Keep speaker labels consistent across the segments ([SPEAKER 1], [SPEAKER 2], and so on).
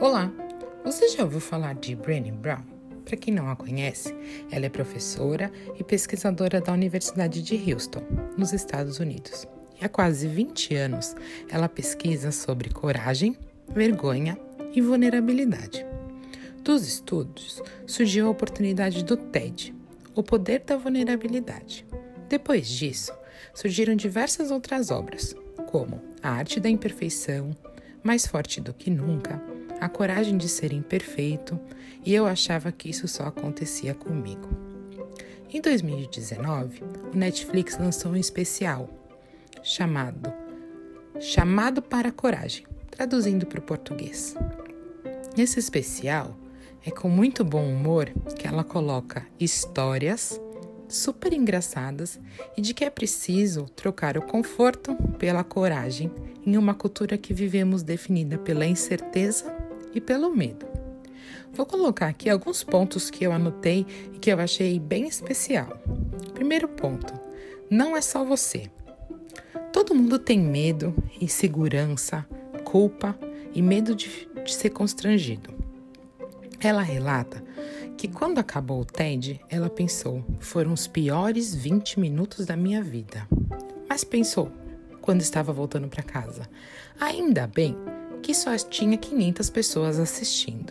[SPEAKER 1] Olá, você já ouviu falar de Brené Brown? Para quem não a conhece, ela é professora e pesquisadora da Universidade de Houston, nos Estados Unidos. E há quase 20 anos, ela pesquisa sobre coragem, vergonha e vulnerabilidade. Dos estudos, surgiu a oportunidade do TED, O Poder da Vulnerabilidade. Depois disso, surgiram diversas outras obras, como A Arte da Imperfeição, Mais Forte do que Nunca, A Coragem de Ser Imperfeito, e eu achava que isso só acontecia comigo. Em 2019, o Netflix lançou um especial chamado Chamado para a Coragem, traduzindo para o português. Esse especial é com muito bom humor que ela coloca histórias super engraçadas e de que é preciso trocar o conforto pela coragem em uma cultura que vivemos definida pela incerteza e pelo medo. Vou colocar aqui alguns pontos que eu anotei e que eu achei bem especial. Primeiro ponto, não é só você. Todo mundo tem medo, insegurança, culpa e medo de ser constrangido. Ela relata que quando acabou o TED, ela pensou, foram os piores 20 minutos da minha vida. Mas pensou, quando estava voltando para casa, ainda bem que só tinha 500 pessoas assistindo.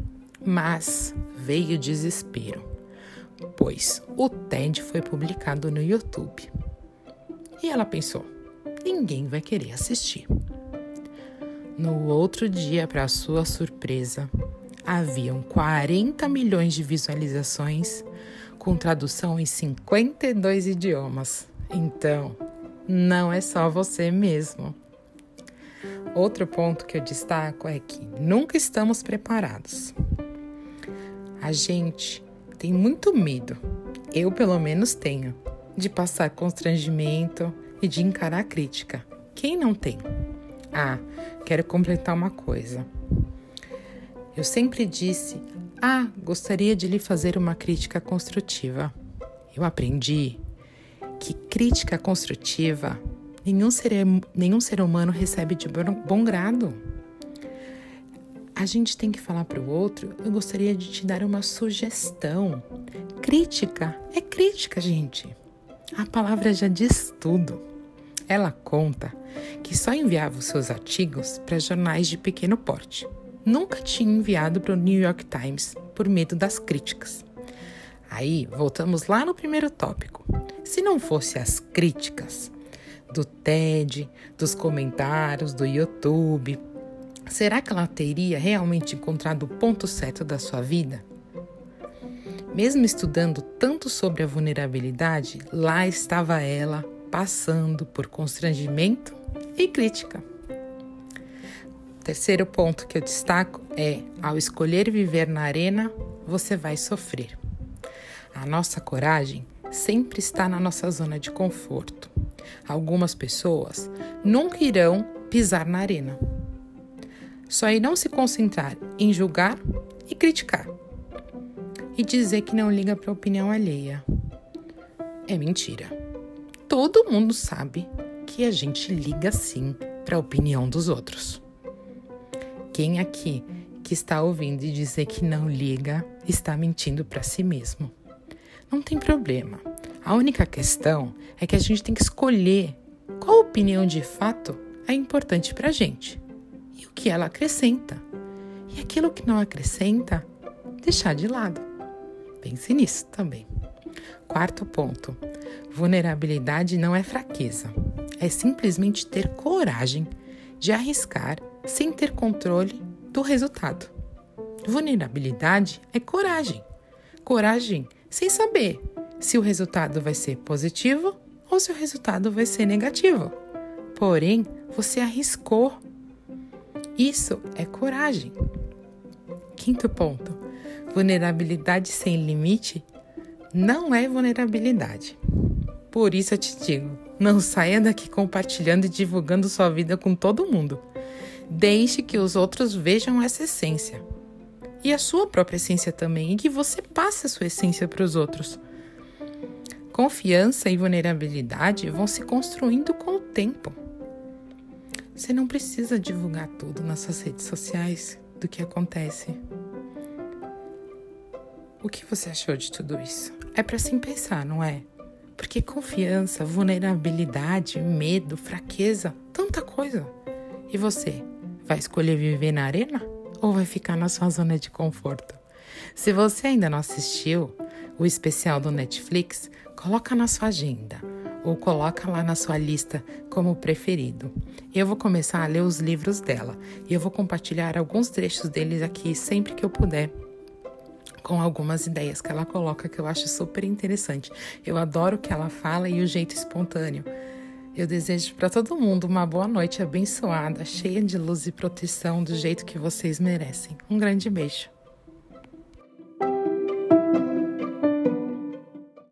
[SPEAKER 1] Mas veio desespero, pois o TED foi publicado no YouTube. E ela pensou, ninguém vai querer assistir. No outro dia, para sua surpresa, haviam 40 milhões de visualizações com tradução em 52 idiomas. Então, não é só você mesmo. Outro ponto que eu destaco é que nunca estamos preparados. A gente tem muito medo, eu pelo menos tenho, de passar constrangimento e de encarar a crítica. Quem não tem? Quero completar uma coisa. Eu sempre disse, gostaria de lhe fazer uma crítica construtiva. Eu aprendi que crítica construtiva nenhum ser humano recebe de bom grado. A gente tem que falar para o outro, eu gostaria de te dar uma sugestão. Crítica é crítica, gente. A palavra já diz tudo. Ela conta que só enviava os seus artigos para jornais de pequeno porte. Nunca tinha enviado para o New York Times por medo das críticas. Aí, voltamos lá no primeiro tópico. Se não fosse as críticas do TED, dos comentários do YouTube, será que ela teria realmente encontrado o ponto certo da sua vida? Mesmo estudando tanto sobre a vulnerabilidade, lá estava ela passando por constrangimento e crítica. Terceiro ponto que eu destaco é, ao escolher viver na arena, você vai sofrer. A nossa coragem sempre está na nossa zona de conforto. Algumas pessoas nunca irão pisar na arena. Só irão se concentrar em julgar e criticar. E dizer que não liga para a opinião alheia. É mentira. Todo mundo sabe que a gente liga sim para a opinião dos outros. Quem aqui que está ouvindo e dizer que não liga está mentindo para si mesmo. Não tem problema. A única questão é que a gente tem que escolher qual opinião de fato é importante para a gente e o que ela acrescenta. E aquilo que não acrescenta, deixar de lado. Pense nisso também. Quarto ponto. Vulnerabilidade não é fraqueza. É simplesmente ter coragem de arriscar sem ter controle do resultado. Vulnerabilidade é coragem. Coragem sem saber se o resultado vai ser positivo ou se o resultado vai ser negativo. Porém, você arriscou. Isso é coragem. Quinto ponto. Vulnerabilidade sem limite não é vulnerabilidade. Por isso eu te digo, não saia daqui compartilhando e divulgando sua vida com todo mundo. Deixe que os outros vejam essa essência. E a sua própria essência também, e que você passe a sua essência para os outros. Confiança e vulnerabilidade vão se construindo com o tempo. Você não precisa divulgar tudo nas suas redes sociais tudo que acontece. O que você achou de tudo isso? É para se pensar, não é? Porque confiança, vulnerabilidade, medo, fraqueza, tanta coisa. E você, vai escolher viver na arena ou vai ficar na sua zona de conforto? Se você ainda não assistiu o especial do Netflix, coloca na sua agenda ou coloca lá na sua lista como preferido. Eu vou começar a ler os livros dela e eu vou compartilhar alguns trechos deles aqui sempre que eu puder, com algumas ideias que ela coloca que eu acho super interessante. Eu adoro o que ela fala e o jeito espontâneo. Eu desejo para todo mundo uma boa noite abençoada, cheia de luz e proteção do jeito que vocês merecem. Um grande beijo.